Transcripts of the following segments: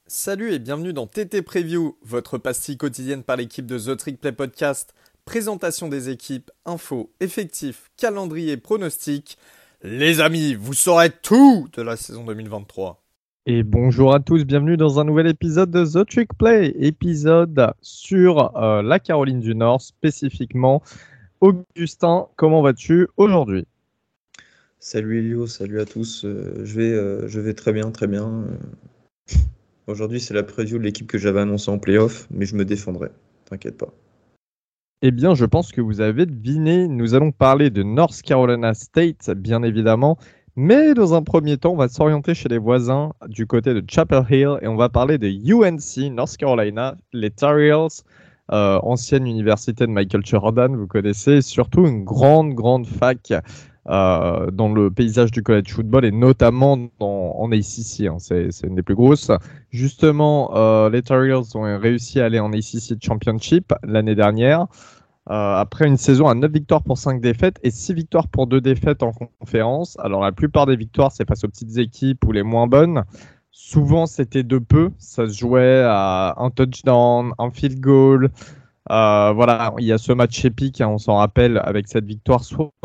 Salut et bienvenue dans TT Preview, votre pastille quotidienne par l'équipe de The Trick Play Podcast. Présentation des équipes, infos, effectifs, calendrier, pronostics. Les amis, vous saurez tout de la saison 2023. Et bonjour à tous, bienvenue dans un nouvel épisode de The Trick Play, épisode sur la Caroline du Nord spécifiquement. Augustin, comment vas-tu aujourd'hui ? Salut Elio, salut à tous. Je vais très bien, très bien. Aujourd'hui, c'est la preview de l'équipe que j'avais annoncée en playoff, mais je me défendrai, t'inquiète pas. Eh bien, je pense que vous avez deviné, nous allons parler de North Carolina State, bien évidemment, mais dans un premier temps, on va s'orienter chez les voisins du côté de Chapel Hill et on va parler de UNC, North Carolina, les Tar Heels, ancienne université de Michael Jordan, vous connaissez, et surtout une grande fac dans le paysage du college football et notamment en ACC, hein, c'est une des plus grosses. Justement, les Tar Heels ont réussi à aller en ACC Championship l'année dernière. Après une saison à 9 victoires pour 5 défaites et 6 victoires pour 2 défaites en conférence. Alors la plupart des victoires, c'est face aux petites équipes ou les moins bonnes. Souvent, c'était de peu. Ça se jouait à un touchdown, un field goal. Voilà, il y a ce match épique, hein, on s'en rappelle, avec cette victoire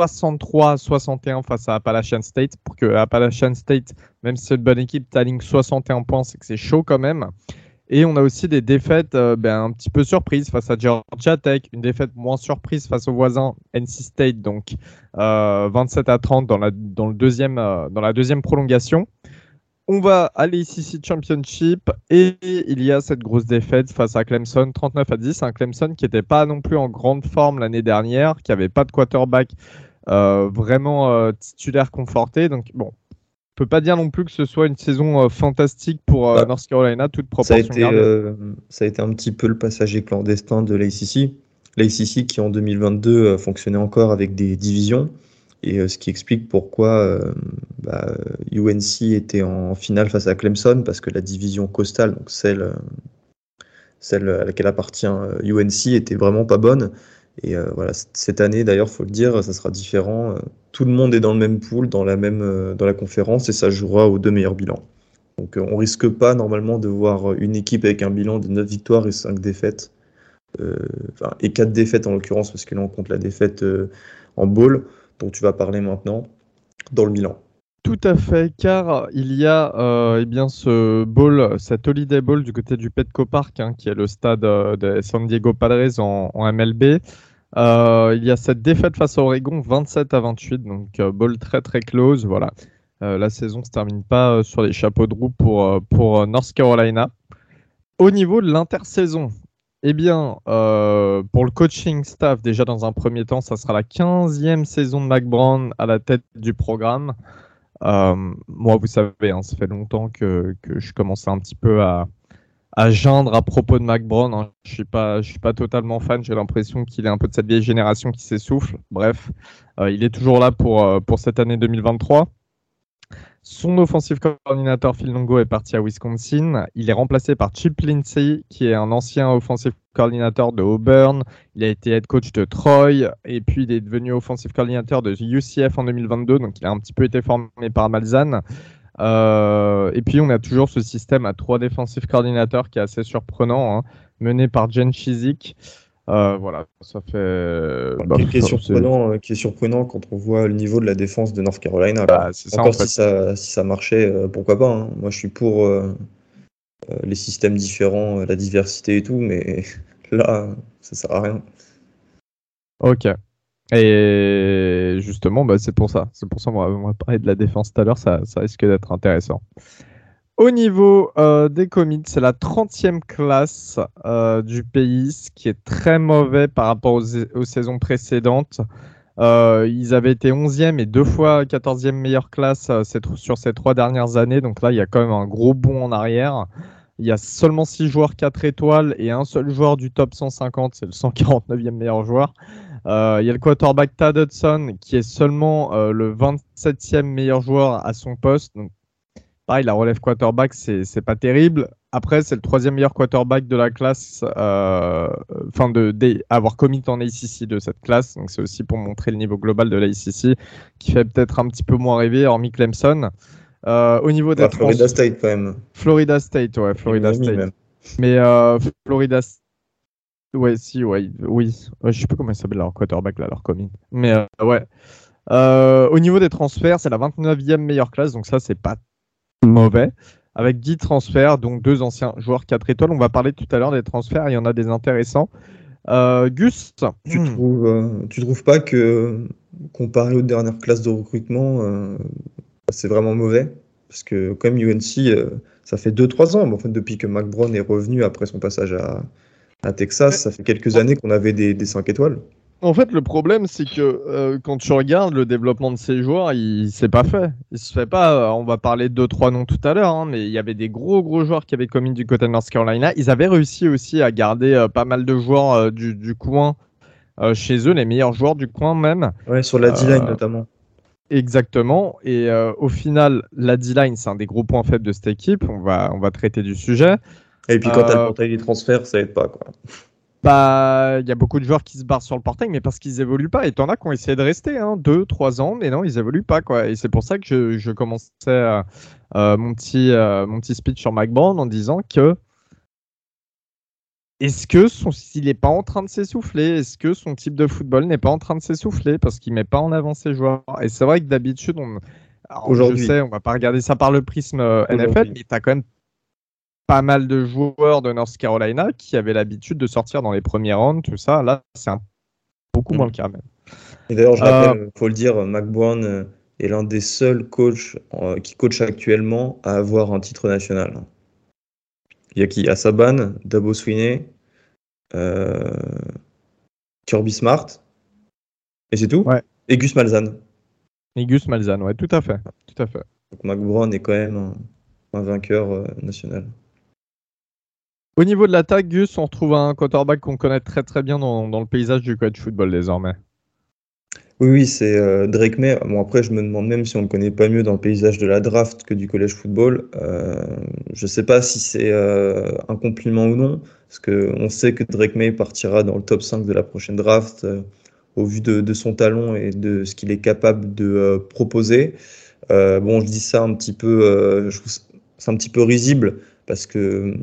63-61 face à Appalachian State. Pour que Appalachian State, même si c'est une bonne équipe, t'aligne 61 points, c'est que c'est chaud quand même. Et on a aussi des défaites un petit peu surprises face à Georgia Tech, une défaite moins surprise face aux voisins NC State, donc 27-30 dans la deuxième prolongation. On va à l'ACC Championship et il y a cette grosse défaite face à Clemson, 39-10. Un Clemson qui n'était pas non plus en grande forme l'année dernière, qui n'avait pas de quarterback vraiment titulaire conforté. Donc bon, on peut pas dire non plus que ce soit une saison fantastique pour North Carolina, toute proportion gardée. Ça a été un petit peu le passager clandestin de l'ACC. L'ACC qui en 2022 fonctionnait encore avec des divisions. Et ce qui explique pourquoi UNC était en finale face à Clemson, parce que la division costale, donc celle à laquelle appartient UNC, était vraiment pas bonne. Et voilà, cette année, d'ailleurs, faut le dire, ça sera différent. Tout le monde est dans le même pool, dans la conférence, et ça jouera aux deux meilleurs bilans. Donc on risque pas normalement de voir une équipe avec un bilan de 9 victoires et 5 défaites, et 4 défaites en l'occurrence, parce que là on compte la défaite en bowl, dont tu vas parler maintenant, dans le bilan. Tout à fait, car il y a ce bowl, cet Holiday Bowl du côté du Petco Park, hein, qui est le stade de San Diego Padres en MLB. Il y a cette défaite face à Oregon, 27-28, donc bowl très très close. Voilà. La saison ne se termine pas sur les chapeaux de roue pour North Carolina. Au niveau de l'intersaison, eh bien, pour le coaching staff, déjà dans un premier temps, ça sera la 15e saison de Mack Brown à la tête du programme. Moi, vous savez, hein, ça fait longtemps que je commençais un petit peu à geindre à propos de Mack Brown. Hein. Je suis pas totalement fan. J'ai l'impression qu'il est un peu de cette vieille génération qui s'essouffle. Bref, il est toujours là pour cette année 2023. Son offensive coordinateur Phil Longo est parti à Wisconsin. Il est remplacé par Chip Lindsey, qui est un ancien offensive coordinateur de Auburn. Il a été head coach de Troy et puis il est devenu offensive coordinateur de UCF en 2022. Donc il a un petit peu été formé par Malzahn. Et puis on a toujours ce système à 3 defensive coordinateurs qui est assez surprenant, hein, mené par Jen Chizik. Voilà, ça fait. Qui est surprenant quand on voit le niveau de la défense de North Carolina. C'est ça, encore en fait. si ça marchait, pourquoi pas. Hein. Moi, je suis pour les systèmes différents, la diversité et tout, mais là, ça sert à rien. Ok. Et justement, c'est pour ça. C'est pour ça qu'on va parler de la défense tout à l'heure. Ça risque d'être intéressant. Au niveau des commits, c'est la 30e classe du pays, ce qui est très mauvais par rapport aux saisons précédentes. Ils avaient été 11e et 2 fois 14e meilleure classe sur ces 3 dernières années. Donc là, il y a quand même un gros bond en arrière. Il y a seulement 6 joueurs 4 étoiles et un seul joueur du top 150, c'est le 149e meilleur joueur. Il y a le quarterback Tad Hudson qui est seulement le 27e meilleur joueur à son poste. Donc, pareil, la relève quarterback, c'est pas terrible. Après, c'est le 3e meilleur quarterback de la classe, avoir commit en ACC de cette classe. Donc, c'est aussi pour montrer le niveau global de l'ACC qui fait peut-être un petit peu moins rêver, hormis Clemson. Au niveau des Florida State quand même. Florida State, ouais, Florida Miami, State. même. Mais Florida ouais, si, ouais, oui. Je sais pas comment il s'appelle leur quarterback, là, leur commune. Mais ouais. Au niveau des transferts, c'est la 29e meilleure classe, donc ça, c'est pas mauvais. Avec 10 transferts, donc 2 anciens joueurs 4 étoiles. On va parler tout à l'heure des transferts, il y en a des intéressants. Gus, Tu trouves pas que, comparé aux dernières classes de recrutement, c'est vraiment mauvais? Parce que quand même UNC, ça fait 2-3 ans, mais en fait, depuis que Mac Brown est revenu après son passage à Texas, ça fait quelques années qu'on avait des 5 étoiles. en fait, le problème, c'est que quand tu regardes le développement de ces joueurs, il s'est pas fait. Il se fait pas. On va parler de 2-3 noms tout à l'heure, hein, mais il y avait des gros joueurs qui avaient commis du côté de North Carolina. Ils avaient réussi aussi à garder pas mal de joueurs du coin chez eux, les meilleurs joueurs du coin même. Ouais, sur la D-line notamment. Exactement. Et au final, la D-line, c'est un des gros points faibles de cette équipe. On va traiter du sujet. Et puis quand tu as le portail des transferts, ça aide pas, quoi. Bah, il y a beaucoup de joueurs qui se barrent sur le portail, mais parce qu'ils évoluent pas. Et t'en as qui ont essayé de rester 2-3 ans, mais non, ils évoluent pas, quoi. Et c'est pour ça que je commençais mon petit speech sur Mac Brown en disant que est-ce que s'il n'est pas en train de s'essouffler, est-ce que son type de football n'est pas en train de s'essouffler parce qu'il met pas en avant ses joueurs. Et c'est vrai que d'habitude, je sais, on va pas regarder ça par le prisme NFL, mais tu as quand même pas mal de joueurs de North Carolina qui avaient l'habitude de sortir dans les premiers rounds, tout ça. Là, c'est beaucoup moins le cas même. Et d'ailleurs, je rappelle, faut le dire, Mac Brown est l'un des seuls coachs qui coach actuellement à avoir un titre national. Il y a qui? Saban, Dabo Swinney, Kirby Smart, et c'est tout? Ouais. Et Gus Malzahn. Et Gus Malzahn, ouais, tout à fait. Donc Mac Brown est quand même un vainqueur national. Au niveau de l'attaque, Gus, on retrouve un quarterback qu'on connaît très très bien dans le paysage du college football désormais. Oui, c'est Drake May. Bon, après, je me demande même si on ne le connaît pas mieux dans le paysage de la draft que du college football. Je ne sais pas si c'est un compliment ou non, parce qu'on sait que Drake May partira dans le top 5 de la prochaine draft au vu de son talent et de ce qu'il est capable de proposer. Bon, je dis ça un petit peu, je trouve c'est un petit peu risible, parce que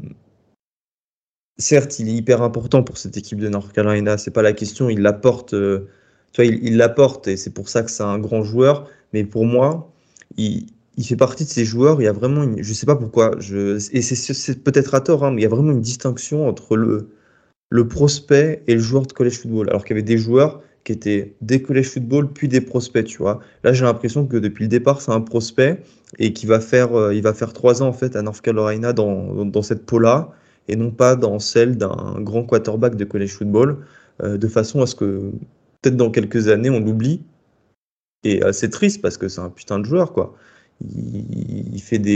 certes, il est hyper important pour cette équipe de North Carolina, c'est pas la question, il l'apporte, tu vois, il l'apporte et c'est pour ça que c'est un grand joueur, mais pour moi, il fait partie de ces joueurs, il y a vraiment, je sais pas pourquoi, et c'est peut-être à tort, mais il y a vraiment une distinction entre le prospect et le joueur de college football, alors qu'il y avait des joueurs qui étaient des college football puis des prospects, tu vois. Là, j'ai l'impression que depuis le départ, c'est un prospect et il va faire 3 ans en fait à North Carolina dans cette peau-là et non pas dans celle d'un grand quarterback de college football, de façon à ce que peut-être dans quelques années on l'oublie. Et c'est triste parce que c'est un putain de joueur, quoi. Il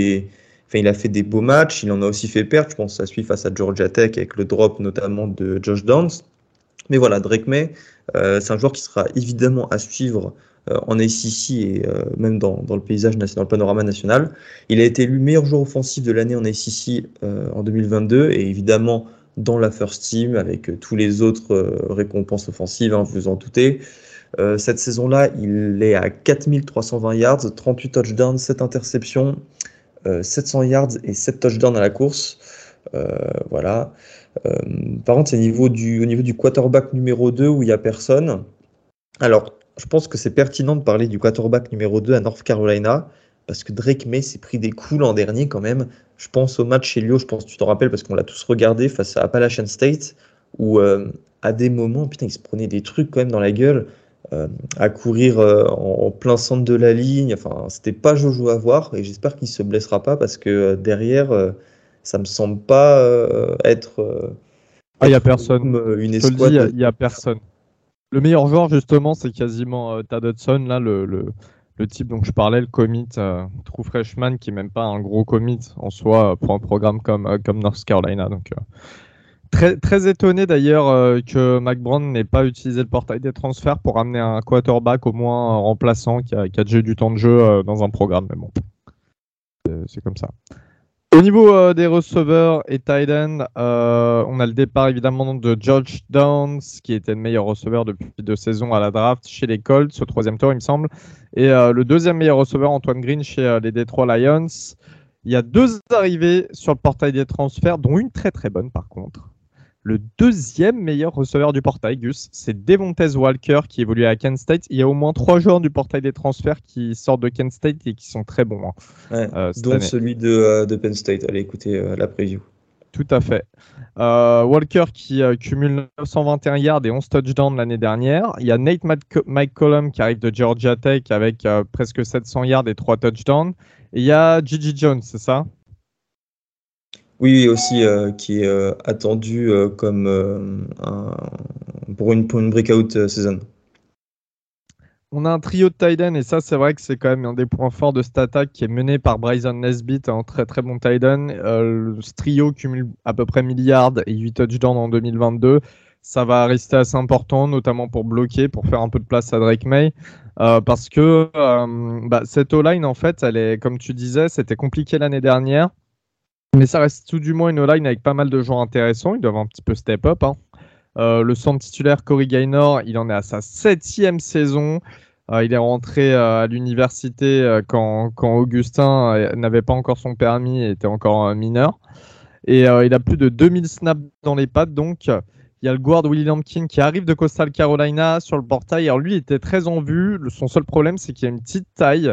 a fait des beaux matchs, il en a aussi fait perdre, je pense, ça suit face à Georgia Tech avec le drop notamment de Josh Downs. Mais voilà, Drake May, c'est un joueur qui sera évidemment à suivre en ACC et même dans le paysage national, dans le panorama national. Il a été élu meilleur joueur offensif de l'année en ACC en 2022 et évidemment dans la first team avec tous les autres récompenses offensives, vous vous en doutez. Cette saison-là, il est à 4320 yards, 38 touchdowns, 7 interceptions, 700 yards et 7 touchdowns à la course. Voilà. Par contre, c'est au niveau du quarterback numéro 2 où il n'y a personne. Alors, je pense que c'est pertinent de parler du quarterback numéro 2 à North Carolina, parce que Drake May s'est pris des coups l'an dernier quand même. Je pense au match Helio, je pense que tu t'en rappelles, parce qu'on l'a tous regardé face à Appalachian State, où à des moments, putain, il se prenait des trucs quand même dans la gueule, à courir en plein centre de la ligne. Enfin, c'était pas jojo à voir, et j'espère qu'il se blessera pas, parce que derrière, ça me semble pas être... il n'y a personne. Une je te escouade. le dis, il n'y a personne. Le meilleur joueur, justement, c'est quasiment Tad Hudson, là, le type dont je parlais, le commit, true freshman, qui n'est même pas un gros commit en soi pour un programme comme North Carolina. Donc, très, très étonné d'ailleurs que Mac Brown n'ait pas utilisé le portail des transferts pour amener un quarterback au moins remplaçant qui a déjà eu du temps de jeu dans un programme. Mais bon, c'est comme ça. Au niveau des receveurs et tight end, on a le départ évidemment de George Downs, qui était le meilleur receveur depuis 2 saisons à la draft chez les Colts, au 3e tour, il me semble. Et le 2e meilleur receveur, Antoine Green, chez les Detroit Lions. Il y a 2 arrivées sur le portail des transferts, dont une très très bonne par contre. Le 2e meilleur receveur du portail, Gus, c'est Devontae Walker qui évolue à Kent State. Il y a au moins 3 joueurs du portail des transferts qui sortent de Kent State et qui sont très bons cette dont année. celui de Penn State. Allez écouter la preview. Tout à fait. Walker qui cumule 921 yards et 11 touchdowns l'année dernière. Il y a Nate McCollum qui arrive de Georgia Tech avec presque 700 yards et 3 touchdowns. Et il y a Gigi Jones, c'est ça? Oui, aussi, qui est attendu comme pour une breakout season. On a un trio de tight end et ça, c'est vrai que c'est quand même un des points forts de cette attaque qui est mené par Bryson Nesbitt, un très très bon tight end. Ce trio cumule à peu près 1000 yards et 8 touchdowns en 2022. Ça va rester assez important, notamment pour bloquer, pour faire un peu de place à Drake May. Parce que cette O-line, en fait, elle est, comme tu disais, c'était compliqué l'année dernière. Mais ça reste tout du moins une O-line avec pas mal de joueurs intéressants. Ils doivent un petit peu step up. Le centre titulaire Corey Gaynor, il en est à sa 7e saison. Il est rentré à l'université quand Augustin n'avait pas encore son permis et était encore mineur. Et il a plus de 2000 snaps dans les pattes. Donc, il y a le guard Willie Lampkin qui arrive de Coastal Carolina sur le portail. Alors, lui, il était très en vue. Son seul problème, c'est qu'il a une petite taille.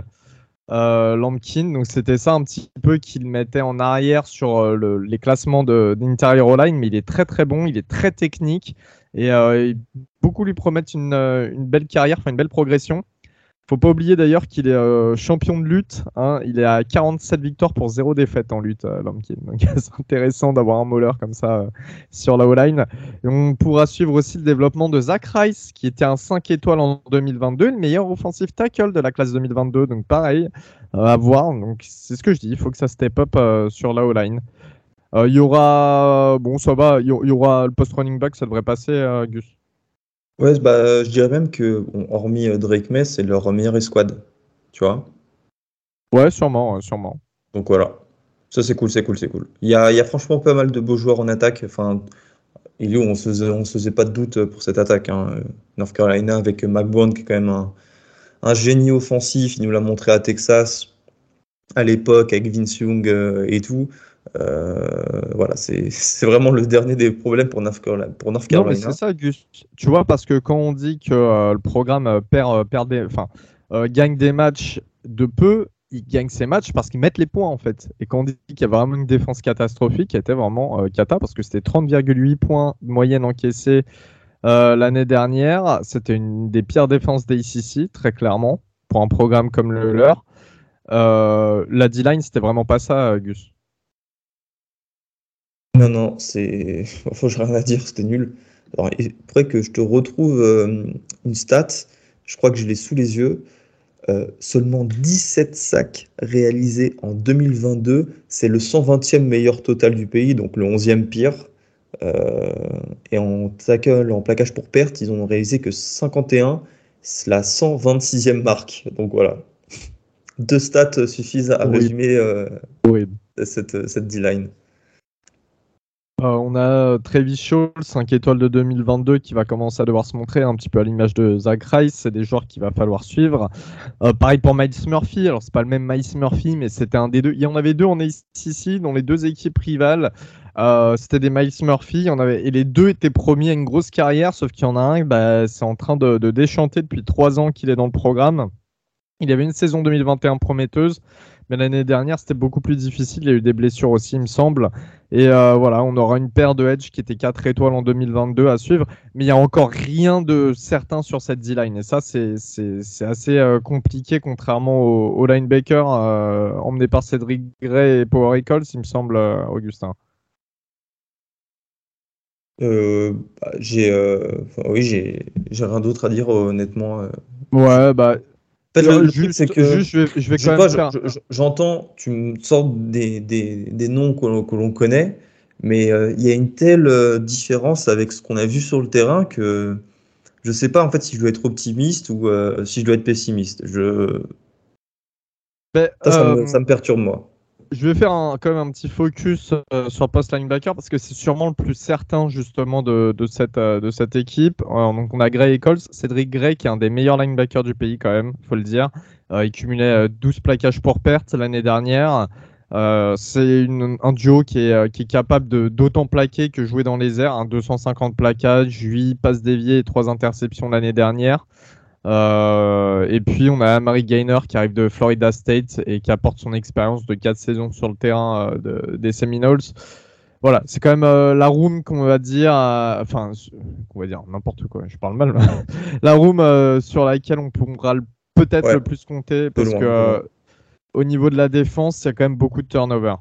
Lampkin, donc c'était ça un petit peu qu'il mettait en arrière sur les classements d'Interior O-line, mais il est très très bon, il est très technique et beaucoup lui promettent une belle carrière, enfin une belle progression. Faut pas oublier d'ailleurs qu'il est champion de lutte, hein. Il est à 47 victoires pour 0 défaite en lutte, Lampkin. Donc c'est intéressant d'avoir un mauler comme ça sur la O-line. Et on pourra suivre aussi le développement de Zach Rice, qui était un 5 étoiles en 2022, le meilleur offensive tackle de la classe 2022. Donc pareil, à voir. Donc c'est ce que je dis, il faut que ça step up sur la O-line. Il y aura, bon ça va, il y aura le post running back, ça devrait passer, Gus. Ouais, je dirais même que, bon, hormis Drake May, c'est leur meilleure escouade, tu vois. Ouais, sûrement, sûrement. Donc voilà, ça c'est cool, c'est cool, c'est cool. Il y a franchement pas mal de beaux joueurs en attaque. Enfin, on se faisait pas de doute pour cette attaque, hein. North Carolina avec McBride qui est quand même un génie offensif. Il nous l'a montré à Texas à l'époque avec Vince Young et tout. Voilà, c'est vraiment le dernier des problèmes pour North Carolina. Non, mais c'est ça, Gus. Tu vois, parce que quand on dit que le programme gagne des matchs de peu, il gagne ses matchs parce qu'ils mettent les points, en fait. Et quand on dit qu'il y a vraiment une défense catastrophique, elle était vraiment cata parce que c'était 30,8 points de moyenne encaissés l'année dernière. C'était une des pires défenses des ACC, très clairement, pour un programme comme le leur. La D-line, c'était vraiment pas ça, Gus. Non, enfin, j'ai rien à dire, c'était nul. Alors, il faudrait que je te retrouve une stat. Je crois que je l'ai sous les yeux. Seulement 17 sacs réalisés en 2022. C'est le 120e meilleur total du pays, donc le 11e pire. Et en tackle, en plaquage pour perte, ils ont réalisé que 51. C'est la 126e marque. Donc voilà. 2 stats suffisent à résumer cette D-line. On a Travis Shaw, 5 étoiles de 2022, qui va commencer à devoir se montrer un petit peu à l'image de Zach Rice. C'est des joueurs qu'il va falloir suivre. Pareil pour Miles Murphy. Alors, c'est pas le même Miles Murphy, mais c'était un des deux. Il y en avait deux en ACC, dans les 2 équipes rivales. C'était des Miles Murphy. Et les 2 étaient promis à une grosse carrière, sauf qu'il y en a un, c'est en train de déchanter depuis 3 ans qu'il est dans le programme. Il y avait une saison 2021 prometteuse, mais l'année dernière, c'était beaucoup plus difficile. Il y a eu des blessures aussi, il me semble. Et voilà, on aura une paire de edge qui était 4 étoiles en 2022 à suivre. Mais il n'y a encore rien de certain sur cette D-line. Et ça, c'est assez compliqué, contrairement au linebacker emmené par Cédric Gray et Power Echols, il me semble, Augustin. J'ai rien d'autre à dire, honnêtement. Ouais, bah. En fait, le truc, c'est que je vais quand même faire... j'entends, tu me sors des noms que l'on connaît, mais il y a une telle différence avec ce qu'on a vu sur le terrain que je sais pas en fait si je dois être optimiste ou si je dois être pessimiste. Ça me perturbe, moi. Je vais faire quand même un petit focus sur post linebacker parce que c'est sûrement le plus certain justement de cette équipe. Donc on a Gray Eccles, Cédric Gray qui est un des meilleurs linebackers du pays quand même, il faut le dire. Il cumulait 12 plaquages pour perte l'année dernière. C'est un duo qui est capable d'autant plaquer que jouer dans les airs. 250 plaquages, 8 passes déviées et 3 interceptions l'année dernière. Et puis on a Amari Gainer qui arrive de Florida State et qui apporte son expérience de 4 saisons sur le terrain des Seminoles. Voilà, c'est quand même la room qu'on va dire, qu'on va dire n'importe quoi, je parle mal, la room sur laquelle on pourra peut-être le plus compter parce que au niveau de la défense, il y a quand même beaucoup de turnover.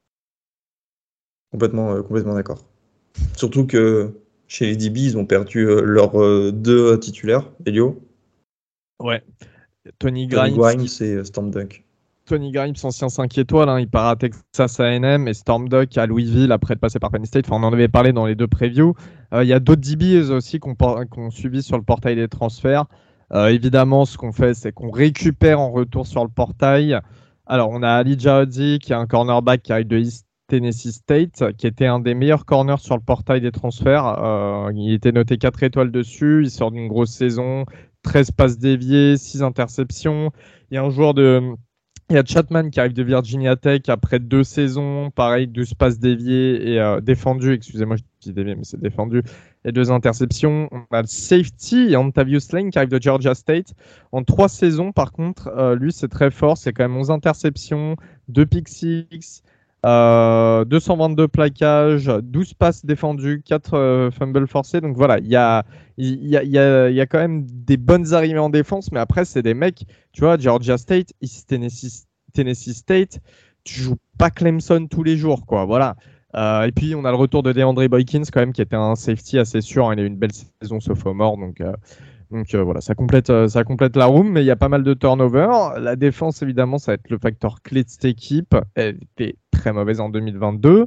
Complètement d'accord. Surtout que chez les DB, ils ont perdu leurs 2 titulaires, Elio. Ouais. Tony Grimes et Storm Duck. Tony Grimes, ancien 5 étoiles, il part à Texas A&M et Storm Duck à Louisville après de passer par Penn State. Enfin, on en avait parlé dans les 2 previews. Il y a d'autres DBs aussi qu'on suivi sur le portail des transferts. Évidemment, ce qu'on fait, c'est qu'on récupère en retour sur le portail. Alors, on a Ali Jahodzi, qui est un cornerback qui arrive de East Tennessee State, qui était un des meilleurs corners sur le portail des transferts. Il était noté 4 étoiles dessus. Il sort d'une grosse saison, 13 passes déviées, 6 interceptions. Il y a il y a Chapman qui arrive de Virginia Tech après 2 saisons, pareil, 12 passes déviées et défendues, excusez-moi, je dis dévié, mais c'est défendu, et 2 interceptions. On a le safety, Antavius Lane qui arrive de Georgia State. En 3 saisons, par contre, lui, c'est très fort, c'est quand même 11 interceptions, 2 pick six, 222 plaquages, 12 passes défendues, 4 fumbles forcés. Donc voilà, il y a quand même des bonnes arrivées en défense, mais après, c'est des mecs, tu vois, Georgia State, East Tennessee State, tu joues pas Clemson tous les jours, quoi. Voilà. Et puis, on a le retour de DeAndre Boykins, quand même, qui était un safety assez sûr. Il a eu une belle saison sophomore, donc voilà, ça complète la room, mais il y a pas mal de turnover. La défense, évidemment, ça va être le facteur clé de cette équipe. Elle était très mauvaise en 2022.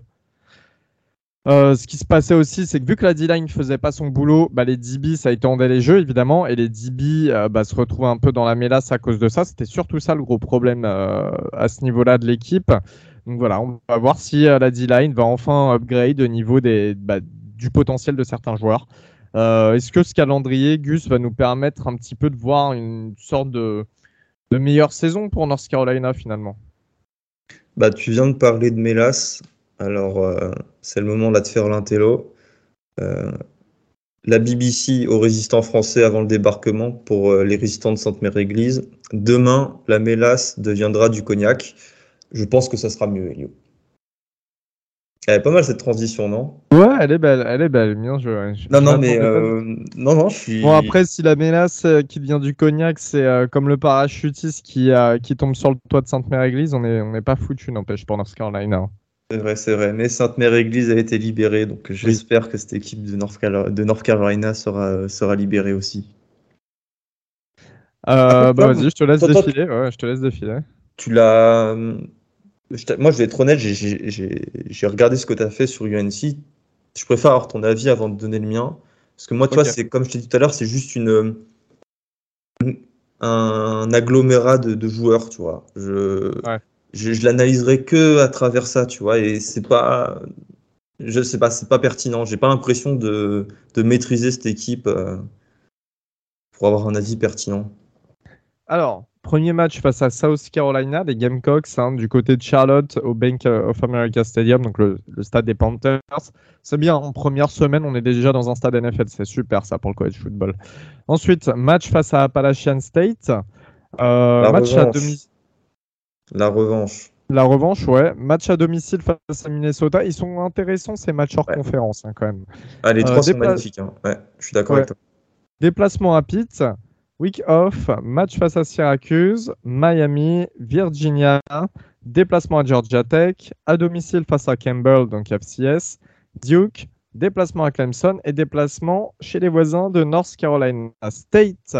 Ce qui se passait aussi, c'est que vu que la D-line ne faisait pas son boulot, les DB, ça étendait les jeux, évidemment, et les DB se retrouvaient un peu dans la mélasse à cause de ça. C'était surtout ça le gros problème à ce niveau-là de l'équipe. Donc voilà, on va voir si la D-line va enfin upgrade au niveau du potentiel de certains joueurs. Est-ce que ce calendrier, Gus, va nous permettre un petit peu de voir une sorte de meilleure saison pour North Carolina finalement? Tu viens de parler de mélasse. Alors, c'est le moment là de faire l'intello. La BBC aux résistants français avant le débarquement pour les résistants de Sainte-Mère-Église. Demain, la mélasse deviendra du cognac. Je pense que ça sera mieux, Elio. Elle est pas mal cette transition, non? Ouais, elle est belle, bien joué. Non, je suis... Bon, après, si la mélasse qui devient du cognac, c'est comme le parachutiste qui tombe sur le toit de Sainte-Mère-Église, on n'est pas foutu, n'empêche, pour North Carolina. C'est vrai. Mais Sainte-Mère-Église a été libérée, donc j'espère que cette équipe de North Carolina sera libérée aussi. Vas-y, je te laisse défiler. Ouais, je te laisse défiler. Moi, je vais être honnête, j'ai regardé ce que tu as fait sur UNC. Je préfère avoir ton avis avant de donner le mien. Parce que moi, tu vois, c'est comme je t'ai dit tout à l'heure, c'est juste un agglomérat de joueurs, tu vois. Je l'analyserai que à travers ça, tu vois, et c'est pas pertinent. J'ai pas l'impression de maîtriser cette équipe pour avoir un avis pertinent. Alors, premier match face à South Carolina, les Gamecocks, du côté de Charlotte, au Bank of America Stadium, donc le stade des Panthers. C'est bien, en première semaine, on est déjà dans un stade NFL. C'est super, ça, pour le college football. Ensuite, match face à Appalachian State. Match à domicile. La revanche. La revanche, ouais. Match à domicile face à Minnesota. Ils sont intéressants, ces matchs hors conférence, quand même. Les 3 sont magnifiques. Ouais, je suis d'accord avec toi. Déplacement à Pitt. Week off, match face à Syracuse, Miami, Virginia, déplacement à Georgia Tech, à domicile face à Campbell, donc FCS, Duke, déplacement à Clemson et déplacement chez les voisins de North Carolina State.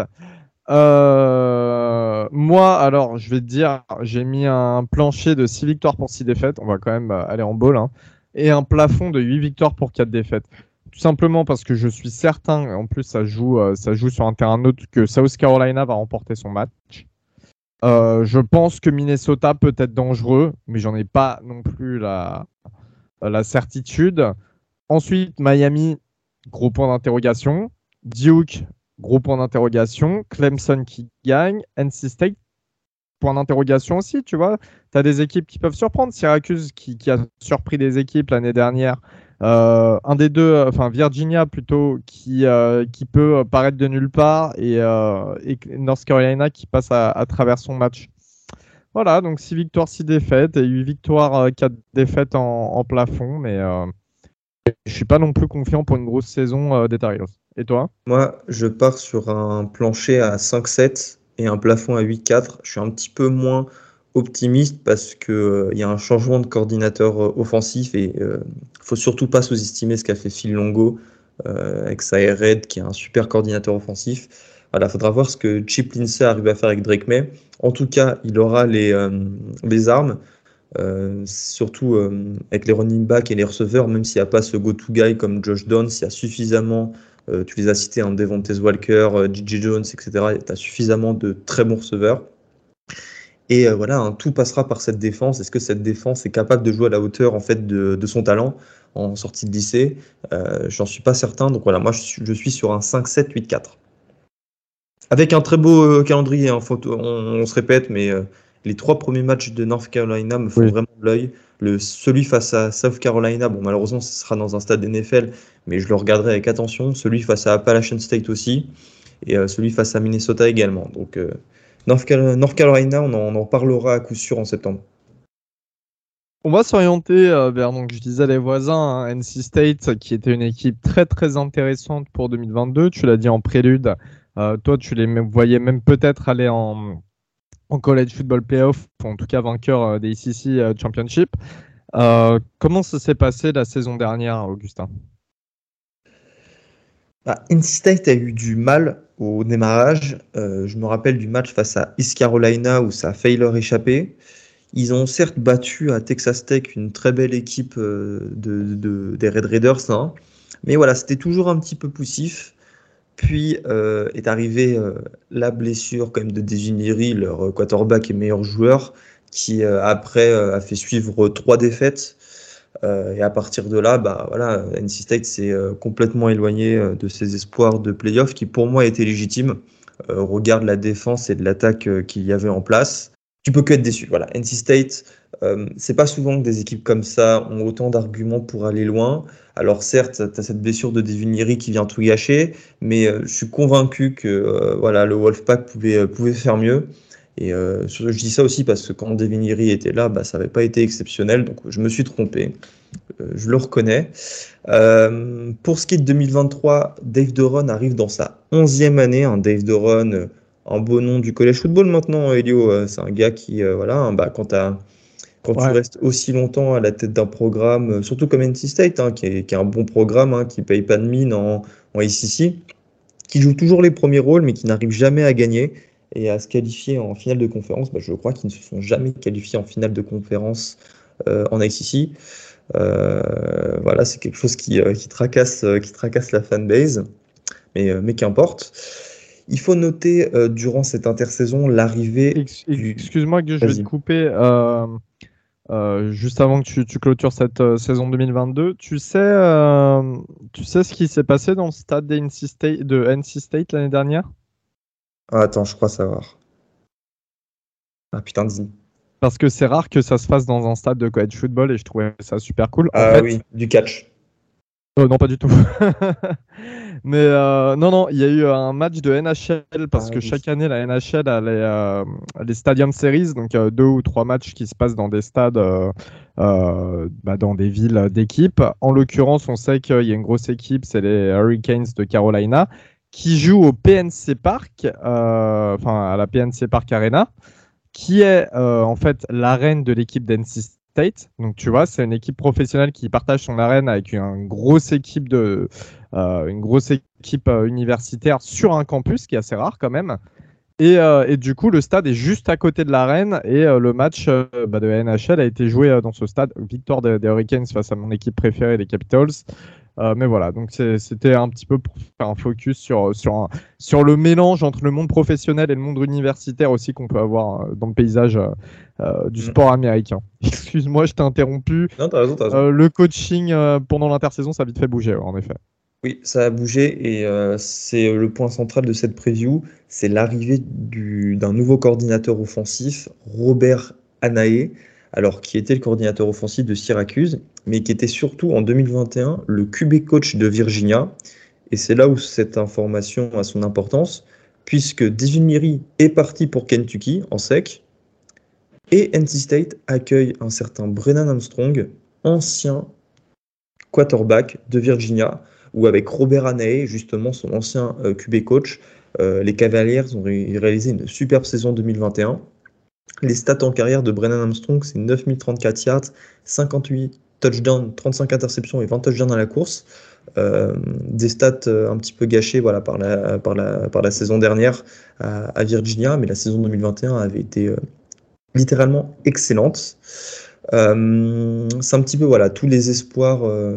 Moi, alors, je vais te dire, j'ai mis un plancher de 6 victoires pour 6 défaites. On va quand même aller en bowl. Et un plafond de 8 victoires pour 4 défaites. Tout simplement parce que je suis certain, en plus ça joue sur un terrain neutre, que South Carolina va remporter son match. Je pense que Minnesota peut être dangereux, mais j'en ai pas non plus la certitude. Ensuite, Miami, gros point d'interrogation. Duke, gros point d'interrogation. Clemson qui gagne. NC State, point d'interrogation aussi, tu vois. Tu as des équipes qui peuvent surprendre. Syracuse qui a surpris des équipes l'année dernière. Un des deux, enfin Virginia plutôt, qui peut paraître de nulle part. Et North Carolina qui passe à travers son match. Voilà, donc 6 victoires, 6 défaites. Et 8 victoires, 4 défaites en plafond. Mais je suis pas non plus confiant pour une grosse saison des Tar Heels. Et toi? Moi, je pars sur un plancher à 5-7 et un plafond à 8-4. Je suis un petit peu moins optimiste parce que y a un changement de coordinateur offensif et faut surtout pas sous-estimer ce qu'a fait Phil Longo avec sa Air Raid qui est un super coordinateur offensif. Voilà, faudra voir ce que Chip Lindsey arrive à faire avec Drake May. En tout cas, il aura les armes. Surtout avec les running backs et les receveurs, même s'il n'y a pas ce go-to guy comme Josh Downs, il y a suffisamment, tu les as cités, hein, Devontae Walker, J.J. Jones, etc. Tu as suffisamment de très bons receveurs. Et voilà, hein, tout passera par cette défense. Est-ce que cette défense est capable de jouer à la hauteur en fait, de son talent en sortie de lycée? J'en suis pas certain. Donc voilà, moi je suis sur un 5-7, 8-4. Avec un très beau calendrier, hein, on se répète, mais les 3 premiers matchs de North Carolina me font vraiment de l'œil. Celui face à South Carolina, bon malheureusement ce sera dans un stade NFL, mais je le regarderai avec attention. Celui face à Appalachian State aussi, et celui face à Minnesota également. Donc North Carolina, on en parlera à coup sûr en septembre. On va s'orienter vers, donc je disais, les voisins, hein, NC State, qui était une équipe très très intéressante pour 2022. Tu l'as dit en prélude. Toi, tu les voyais même peut-être aller en college football playoff, ou en tout cas vainqueur des ACC Championship. Comment ça s'est passé la saison dernière, Augustin? NC State a eu du mal au démarrage. Je me rappelle du match face à East Carolina où ça a failli leur échapper. Ils ont certes battu à Texas Tech une très belle équipe des Red Raiders, hein. Mais voilà, c'était toujours un petit peu poussif. Puis est arrivée la blessure quand même de Devin Leary, leur quarterback et meilleur joueur, qui après a fait suivre 3 défaites. Et à partir de là, voilà, NC State s'est complètement éloigné de ses espoirs de playoff qui pour moi étaient légitimes. Regarde la défense et de l'attaque qu'il y avait en place. Tu peux que être déçu. Voilà, NC State, c'est pas souvent que des équipes comme ça ont autant d'arguments pour aller loin. Alors certes, tu as cette blessure de Devin Leary qui vient tout gâcher, mais je suis convaincu que voilà, le Wolfpack pouvait faire mieux. Et je dis ça aussi parce que quand Devin Leary était là, ça n'avait pas été exceptionnel, donc je me suis trompé. Je le reconnais. Pour ce qui est de 2023, Dave Doron arrive dans sa 11e année. Hein, Dave Doron, un beau nom du college football maintenant, Elio. C'est un gars qui, voilà, quand tu restes aussi longtemps à la tête d'un programme, surtout comme NC State, hein, qui est un bon programme, hein, qui ne paye pas de mine en ACC, qui joue toujours les premiers rôles, mais qui n'arrive jamais à gagner et à se qualifier en finale de conférence. Je crois qu'ils ne se sont jamais qualifiés en finale de conférence en ACC. Voilà, c'est quelque chose qui tracasse la fanbase, mais qu'importe. Il faut noter durant cette intersaison l'arrivée Excuse-moi que je vais te couper juste avant que tu clôtures cette saison 2022. Tu sais ce qui s'est passé dans le stade de NC State l'année dernière? Attends, je crois savoir. Ah putain, dis. Parce que c'est rare que ça se fasse dans un stade de college football et je trouvais ça super cool. Oui, du catch. Non, pas du tout. Mais non, il y a eu un match de NHL parce que chaque année, la NHL a les Stadium Series, donc 2 ou 3 matchs qui se passent dans des stades, dans des villes d'équipes. En l'occurrence, on sait qu'il y a une grosse équipe, c'est les Hurricanes de Carolina, qui joue au PNC Park, à la PNC Park Arena, qui est en fait l'arène de l'équipe d'NC State. Donc tu vois, c'est une équipe professionnelle qui partage son arène avec une grosse équipe universitaire sur un campus, qui est assez rare quand même. Et du coup, le stade est juste à côté de l'arène et le match de NHL a été joué dans ce stade. Victoire des Hurricanes face à mon équipe préférée, les Capitals. Mais voilà, donc c'était un petit peu pour faire un focus sur le mélange entre le monde professionnel et le monde universitaire aussi qu'on peut avoir dans le paysage du sport américain. Excuse-moi, je t'ai interrompu. Non, t'as raison, t'as raison. Le coaching pendant l'intersaison, ça a vite fait bouger, en effet. Oui, ça a bougé et c'est le point central de cette preview, c'est l'arrivée d'un nouveau coordinateur offensif, Robert Anae, alors qui était le coordinateur offensif de Syracuse, mais qui était surtout en 2021 le QB coach de Virginia. Et c'est là où cette information a son importance, puisque Devin Leary est parti pour Kentucky en sec, et NC State accueille un certain Brennan Armstrong, ancien quarterback de Virginia, où avec Robert Anae, justement son ancien QB coach, les Cavaliers ont réalisé une superbe saison 2021. Les stats en carrière de Brennan Armstrong, c'est 9034 yards, 58 touchdowns, 35 interceptions et 20 touchdowns à la course. Des stats un petit peu gâchées voilà, par la saison dernière à Virginia, mais la saison 2021 avait été littéralement excellente. C'est un petit peu voilà, tous les espoirs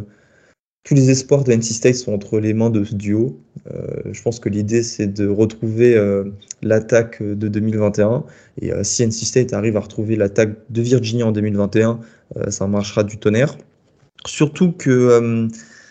de NC State sont entre les mains de ce duo. Je pense que l'idée, c'est de retrouver l'attaque de 2021. Et si NC State arrive à retrouver l'attaque de Virginia en 2021, ça marchera du tonnerre. Surtout que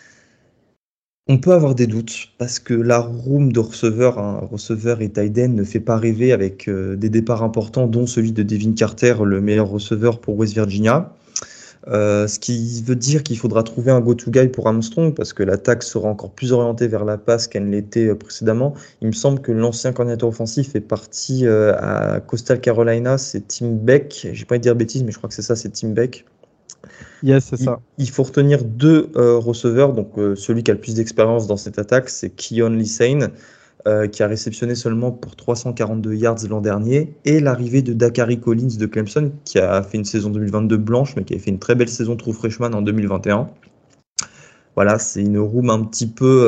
on peut avoir des doutes parce que la room de receveurs, un receveur et tight end ne fait pas rêver avec des départs importants, dont celui de Devin Carter, le meilleur receveur pour West Virginia. Ce qui veut dire qu'il faudra trouver un go-to-guy pour Armstrong parce que l'attaque sera encore plus orientée vers la passe qu'elle l'était précédemment. Il me semble que l'ancien coordinateur offensif est parti à Coastal Carolina, c'est Tim Beck. J'ai pas envie de dire bêtises, mais je crois que c'est ça, c'est Tim Beck. Yes, c'est ça. Il faut retenir deux receveurs. Donc celui qui a le plus d'expérience dans cette attaque, c'est Keon Lisane, qui a réceptionné seulement pour 342 yards l'an dernier, et l'arrivée de Dakari Collins de Clemson, qui a fait une saison 2022 blanche, mais qui a fait une très belle saison true freshman en 2021. Voilà, c'est une room un petit peu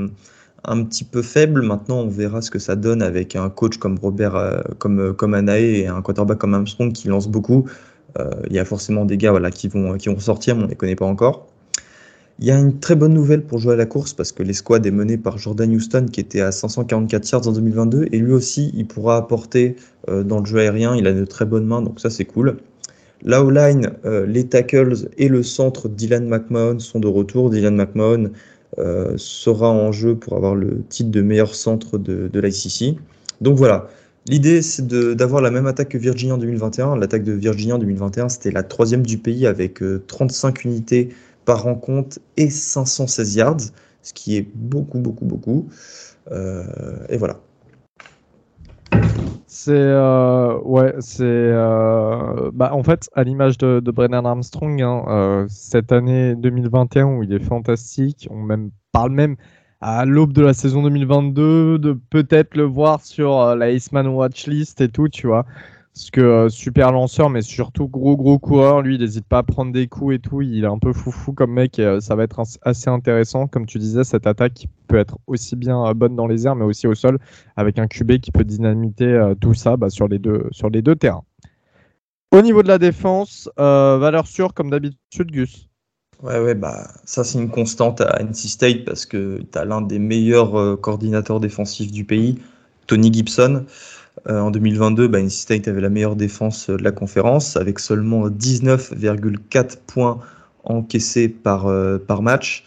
faible. Maintenant, on verra ce que ça donne avec un coach comme Robert, comme Anae et un quarterback comme Armstrong qui lance beaucoup. Il y a forcément des gars voilà, qui vont sortir, mais on ne les connaît pas encore. Il y a une très bonne nouvelle pour jouer à la course parce que l'escouade est menée par Jordan Houston qui était à 544 yards en 2022 et lui aussi il pourra apporter dans le jeu aérien, il a de très bonnes mains donc ça c'est cool. La O-line, les tackles et le centre Dylan McMahon sont de retour. Dylan McMahon sera en jeu pour avoir le titre de meilleur centre de l'ICC. Donc voilà, l'idée c'est d'avoir la même attaque que Virginia en 2021. L'attaque de Virginia en 2021 c'était la 3e du pays avec 35 unités par rencontre et 516 yards, ce qui est beaucoup. Et voilà. En fait, à l'image de Brennan Armstrong, cette année 2021 où il est fantastique, parle même à l'aube de la saison 2022 de peut-être le voir sur la Eastman Watchlist et tout, tu vois. Parce que super lanceur, mais surtout gros coureur. Lui, il n'hésite pas à prendre des coups et tout. Il est un peu foufou comme mec et ça va être assez intéressant. Comme tu disais, cette attaque qui peut être aussi bien bonne dans les airs, mais aussi au sol, avec un QB qui peut dynamiter tout ça sur les deux terrains. Au niveau de la défense, valeur sûre comme d'habitude, Gus. Ouais, ça c'est une constante à NC State parce que tu as l'un des meilleurs coordinateurs défensifs du pays, Tony Gibson. En 2022, NC State avait la meilleure défense de la conférence avec seulement 19,4 points encaissés par match.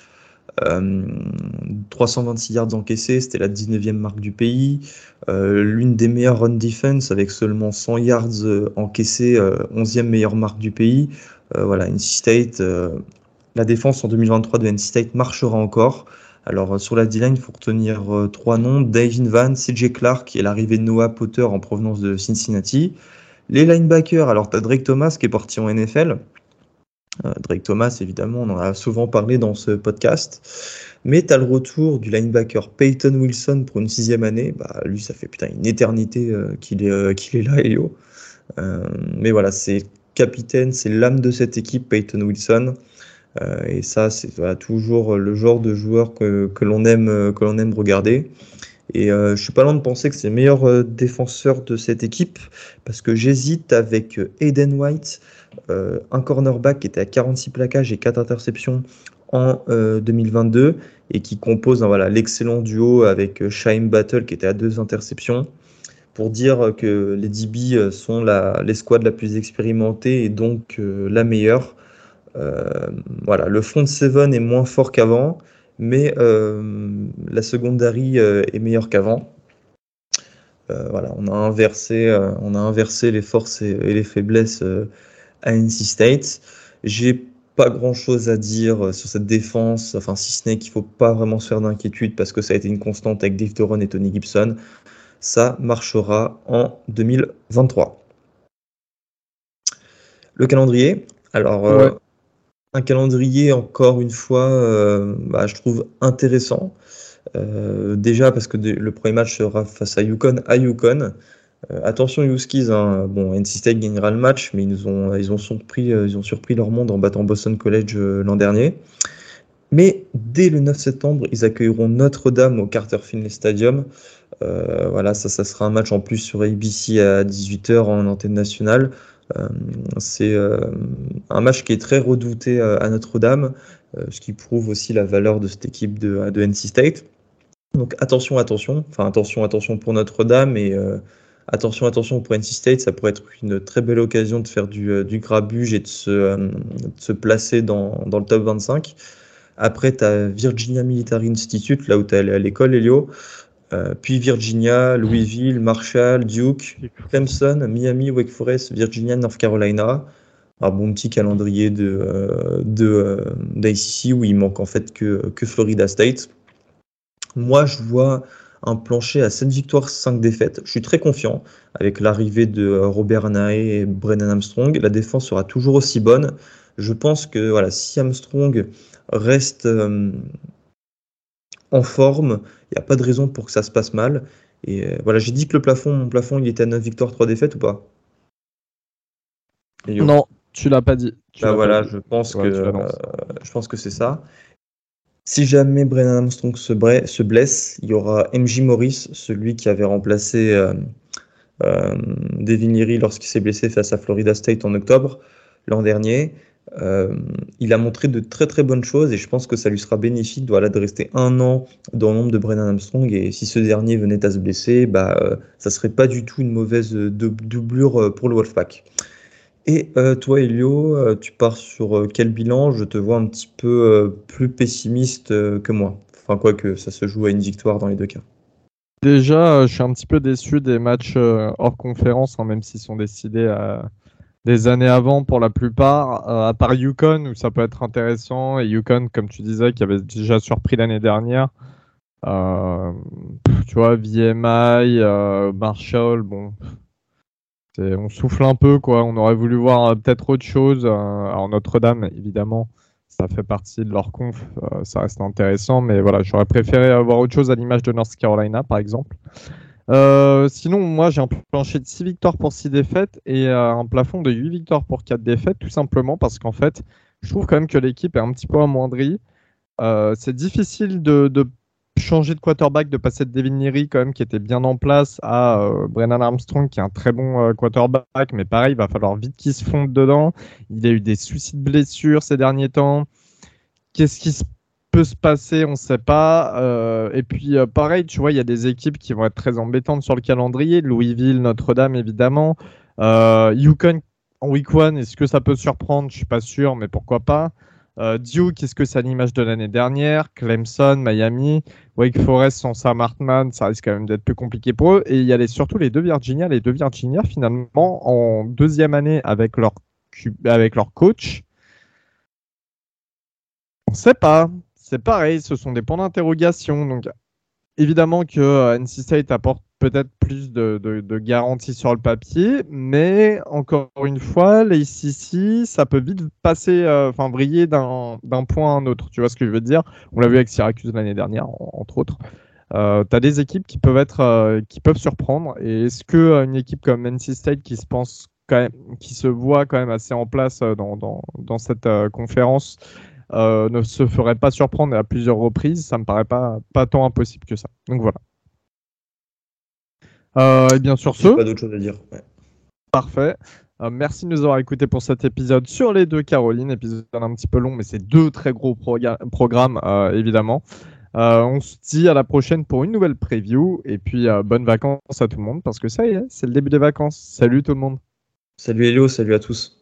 326 yards encaissés, c'était la 19e marque du pays. L'une des meilleures run defense avec seulement 100 yards encaissés, 11e meilleure marque du pays. NC State, la défense en 2023 de NC State marchera encore. Alors sur la D-line, il faut retenir 3 noms, Davin Van, CJ Clark et l'arrivée de Noah Potter en provenance de Cincinnati. Les linebackers, alors tu as Drake Thomas qui est parti en NFL. Drake Thomas, évidemment, on en a souvent parlé dans ce podcast. Mais tu as le retour du linebacker Peyton Wilson pour une 6e année. Lui, ça fait une éternité qu'il est là, Elio. Mais voilà, c'est capitaine, c'est l'âme de cette équipe, Peyton Wilson. Et ça, c'est toujours le genre de joueur que l'on aime regarder. Et je suis pas loin de penser que c'est le meilleur défenseur de cette équipe parce que j'hésite avec Aiden White, un cornerback qui était à 46 plaquages et 4 interceptions en 2022 et qui compose l'excellent duo avec Shyheim Battle qui était à 2 interceptions. Pour dire que les DB sont l'escouade la plus expérimentée et donc la meilleure. Le front 7 est moins fort qu'avant, mais la secondary est meilleure qu'avant. On a inversé les forces et les faiblesses à NC State. J'ai pas grand chose à dire sur cette défense, enfin si ce n'est qu'il faut pas vraiment se faire d'inquiétude parce que ça a été une constante avec Dave Doron et Tony Gibson. Ça marchera en 2023. Le calendrier. Alors, un calendrier, encore une fois, je trouve intéressant. Déjà parce que le premier match sera face à Yukon. Attention Huskies, NC State gagnera le match, mais ils ont surpris leur monde en battant Boston College l'an dernier. Mais dès le 9 septembre, ils accueilleront Notre-Dame au Carter Finley Stadium. Ça sera un match en plus sur ABC à 18h en antenne nationale. C'est un match qui est très redouté à Notre-Dame, ce qui prouve aussi la valeur de cette équipe de NC State. Donc attention pour Notre-Dame et attention pour NC State. Ça pourrait être une très belle occasion de faire du grabuge et de se placer dans le top 25. Après, tu as Virginia Military Institute, là où tu es allé à l'école, Elio. Puis Virginia, Louisville, Marshall, Duke, Clemson, Miami, Wake Forest, Virginia, North Carolina. Un bon petit calendrier d'ACC où il manque en fait que Florida State. Moi, je vois un plancher à 7 victoires, 5 défaites. Je suis très confiant avec l'arrivée de Robert Anae et Brennan Armstrong. La défense sera toujours aussi bonne. Je pense que si Armstrong reste en forme, il n'y a pas de raison pour que ça se passe mal. Et j'ai dit que mon plafond, il était à 9 victoires, 3 défaites ou pas? Non, tu l'as pas dit. Je pense que c'est ça. Si jamais Brennan Armstrong se blesse, il y aura MJ Morris, celui qui avait remplacé Devin Leary lorsqu'il s'est blessé face à Florida State en octobre l'an dernier. Il a montré de très très bonnes choses et je pense que ça lui sera bénéfique de rester 1 an dans l'ombre de Brennan Armstrong, et si ce dernier venait à se blesser, ça serait pas du tout une mauvaise doublure pour le Wolfpack. Et toi Elio, tu pars sur quel bilan? Je te vois un petit peu plus pessimiste que moi. Enfin quoique ça se joue à une victoire dans les deux cas. Déjà, je suis un petit peu déçu des matchs hors conférence, même s'ils sont décidés des années avant pour la plupart, à part Yukon où ça peut être intéressant, et Yukon, comme tu disais, qui avait déjà surpris l'année dernière. Tu vois, VMI, Marshall, bon, on souffle un peu, quoi. On aurait voulu voir peut-être autre chose. Alors Notre-Dame, évidemment, ça fait partie de leur conf, ça reste intéressant, mais voilà, j'aurais préféré avoir autre chose à l'image de North Carolina, par exemple. Sinon, moi, j'ai un plancher de 6 victoires pour 6 défaites et un plafond de 8 victoires pour 4 défaites, tout simplement parce qu'en fait, je trouve quand même que l'équipe est un petit peu amoindrie. C'est difficile de changer de quarterback, de passer de Devin Leary, quand même, qui était bien en place, à Brennan Armstrong, qui est un très bon quarterback, mais pareil, il va falloir vite qu'il se fonde dedans. Il a eu des soucis de blessure ces derniers temps. Qu'est-ce qui peut se passer, on ne sait pas. Et puis, pareil, tu vois, il y a des équipes qui vont être très embêtantes sur le calendrier. Louisville, Notre-Dame, évidemment. Yukon en week 1, est-ce que ça peut surprendre? Je ne suis pas sûr, mais pourquoi pas. Duke, est-ce que c'est à l'image de l'année dernière? Clemson, Miami, Wake Forest sans Sam Hartman, ça risque quand même d'être plus compliqué pour eux. Et il y a surtout les deux Virginia. Les deux Virginia, finalement, en deuxième année avec leur coach, on ne sait pas. C'est pareil, ce sont des points d'interrogation. Donc, évidemment que NC State apporte peut-être plus de garanties sur le papier, mais encore une fois, les ACC, ça peut vite passer, briller d'un point à un autre. Tu vois ce que je veux dire? On l'a vu avec Syracuse l'année dernière, entre autres. Tu as des équipes qui peuvent surprendre. Et est-ce qu'une équipe comme NC State qui se voit quand même assez en place dans cette conférence ne se ferait pas surprendre à plusieurs reprises? Ça me paraît pas tant impossible que ça. Donc voilà. Et bien sur ce, pas d'autre chose à dire. Ouais. Parfait. Merci de nous avoir écoutés pour cet épisode sur les deux Carolines. Épisode un petit peu long, mais c'est deux très gros programmes, évidemment. On se dit à la prochaine pour une nouvelle preview. Et puis, bonnes vacances à tout le monde parce que ça y est, c'est le début des vacances. Salut tout le monde. Salut Helio, salut à tous.